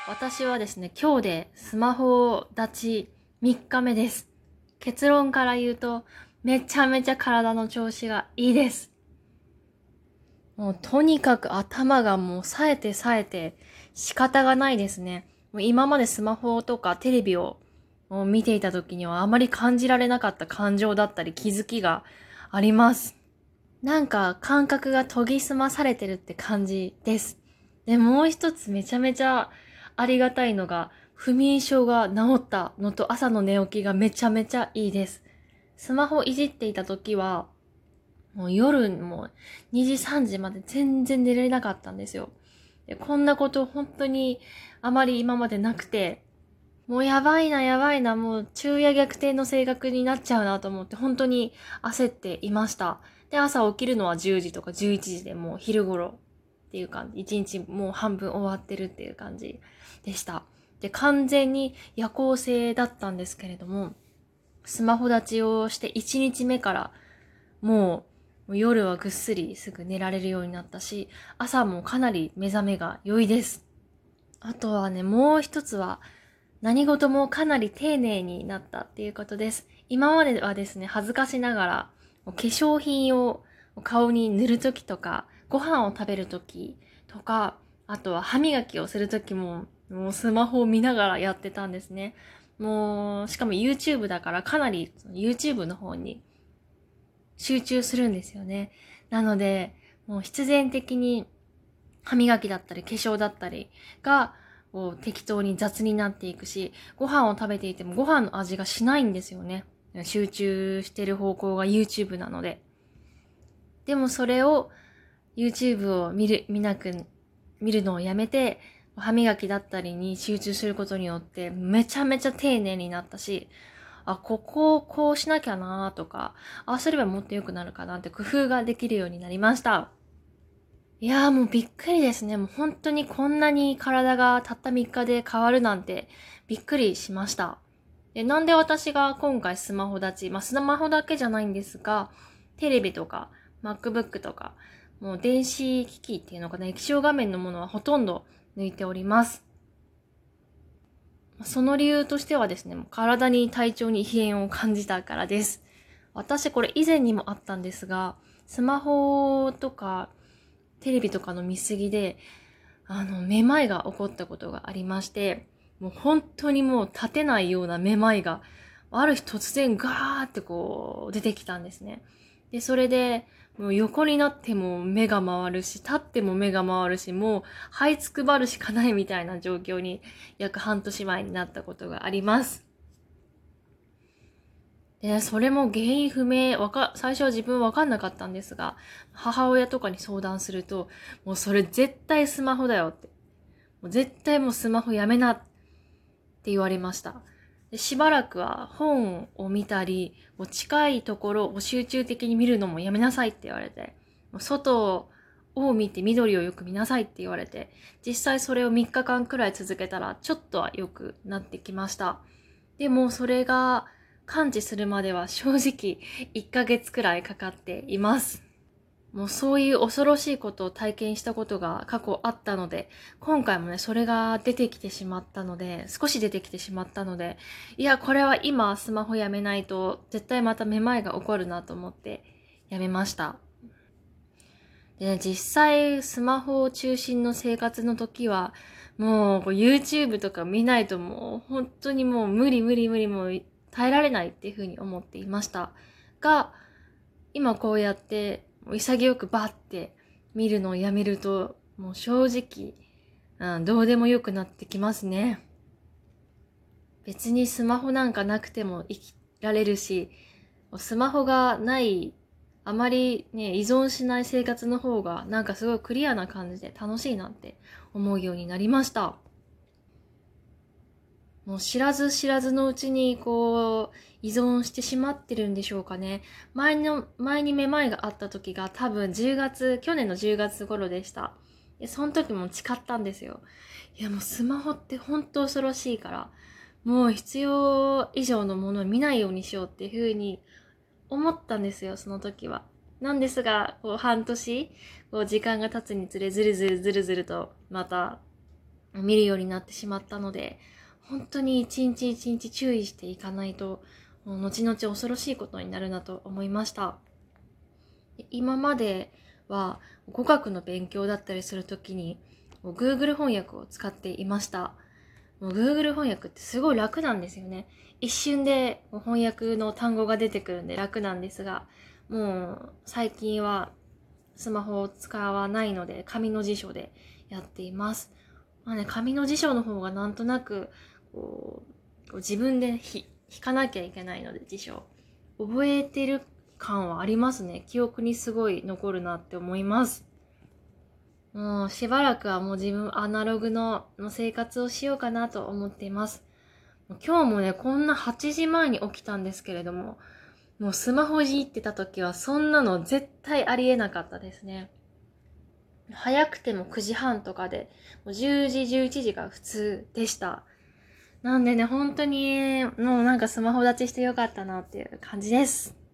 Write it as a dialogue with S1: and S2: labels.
S1: 私はですね、今日でスマホ立ち3日目です。結論から言うと、めちゃめちゃ体の調子がいいです。もうとにかく頭がもう冴えて冴えて仕方がないですね。もう今までスマホとかテレビを見ていた時にはあまり感じられなかった感情だったり気づきがあります。なんか感覚が研ぎ澄まされてるって感じです。で、もう一つめちゃめちゃありがたいのが、不眠症が治ったのと朝の寝起きがめちゃめちゃいいです。スマホいじっていた時は、もう夜も2時3時まで全然寝れなかったんですよ。でこんなこと本当にあまり今までなくて、もうやばいなやばいな、もう昼夜逆転の性格になっちゃうなと思って本当に焦っていました。で、朝起きるのは10時とか11時でもう昼頃っていう感じ。1日もう半分終わってるっていう感じでした。で、完全に夜行性だったんですけれども、スマホ立ちをして1日目からもう夜はぐっすりすぐ寝られるようになったし、朝もかなり目覚めが良いです。あとはね、もう一つは、何事もかなり丁寧になったっていうことです。今まではですね、恥ずかしながら、化粧品を顔に塗るときとか、ご飯を食べるときとか、あとは歯磨きをするときも、もうスマホを見ながらやってたんですね。もう、しかも YouTube だからかなり YouTube の方に集中するんですよね。なので、もう必然的に歯磨きだったり化粧だったりが適当に雑になっていくし、ご飯を食べていてもご飯の味がしないんですよね。集中してる方向が YouTube なので。でもそれを YouTube を見るのをやめて、歯磨きだったりに集中することによってめちゃめちゃ丁寧になったし、ここをこうしなきゃなとか、すればもっと良くなるかなって工夫ができるようになりました。いやーもうびっくりですね。もう本当にこんなに体がたった3日で変わるなんてびっくりしました。で、なんで私が今回スマホ立ち、スマホだけじゃないんですが、テレビとか MacBook とか、もう電子機器っていうのかな、液晶画面のものはほとんど抜いております。その理由としてはですね、体に体調に異変を感じたからです。私これ以前にもあったんですが、スマホとかテレビとかの見過ぎで、めまいが起こったことがありまして、もう本当にもう立てないようなめまいが、ある日突然ガーってこう出てきたんですね。で、それで、もう横になっても目が回るし、立っても目が回るし、もう這いつくばるしかないみたいな状況に約半年前になったことがあります。で、それも原因不明、最初は自分わかんなかったんですが、母親とかに相談すると、もうそれ絶対スマホだよって。もう絶対もうスマホやめなって言われました。でしばらくは本を見たり、近いところを集中的に見るのもやめなさいって言われて、外を見て緑をよく見なさいって言われて、実際それを3日間くらい続けたらちょっとは良くなってきました。でもそれが完治するまでは正直1ヶ月くらいかかっています。もうそういう恐ろしいことを体験したことが過去あったので、今回もね、それが出てきてしまったので、少し出てきてしまったので、いや、これは今スマホやめないと、絶対まためまいが起こるなと思ってやめました。でね、実際スマホを中心の生活の時は、もうYouTube とか見ないともう本当にもう無理もう耐えられないっていうふうに思っていました。が、今こうやって潔くバッて見るのをやめると、もう正直、どうでもよくなってきますね。別にスマホなんかなくても生きられるし、スマホがない、あまりね、依存しない生活の方がなんかすごいクリアな感じで楽しいなって思うようになりました。もう知らず知らずのうちに依存してしまってるんでしょうかね。前にめまいがあった時が多分去年の10月頃でした。で、その時も誓ったんですよ。いやもうスマホって本当恐ろしいから、もう必要以上のものを見ないようにしようっていう風に思ったんですよ、その時は。なんですが、半年、時間が経つにつれずるずるとまた見るようになってしまったので、本当に一日一日注意していかないと、後々恐ろしいことになるなと思いました。今までは語学の勉強だったりするときに Google 翻訳を使っていました。Google 翻訳ってすごい楽なんですよね。一瞬で翻訳の単語が出てくるんで楽なんですが、もう最近はスマホを使わないので紙の辞書でやっています。紙の辞書の方がなんとなく自分で引かなきゃいけないので辞書覚えてる感はありますね。記憶にすごい残るなって思います。もうしばらくはもう自分アナログの生活をしようかなと思っています。今日もね、こんな8時前に起きたんですけれども、もうスマホいじってた時はそんなの絶対ありえなかったですね。早くても9時半とかで、もう10時、11時が普通でした。なんでね、本当に、もうなんかスマホ立ちしてよかったなっていう感じです。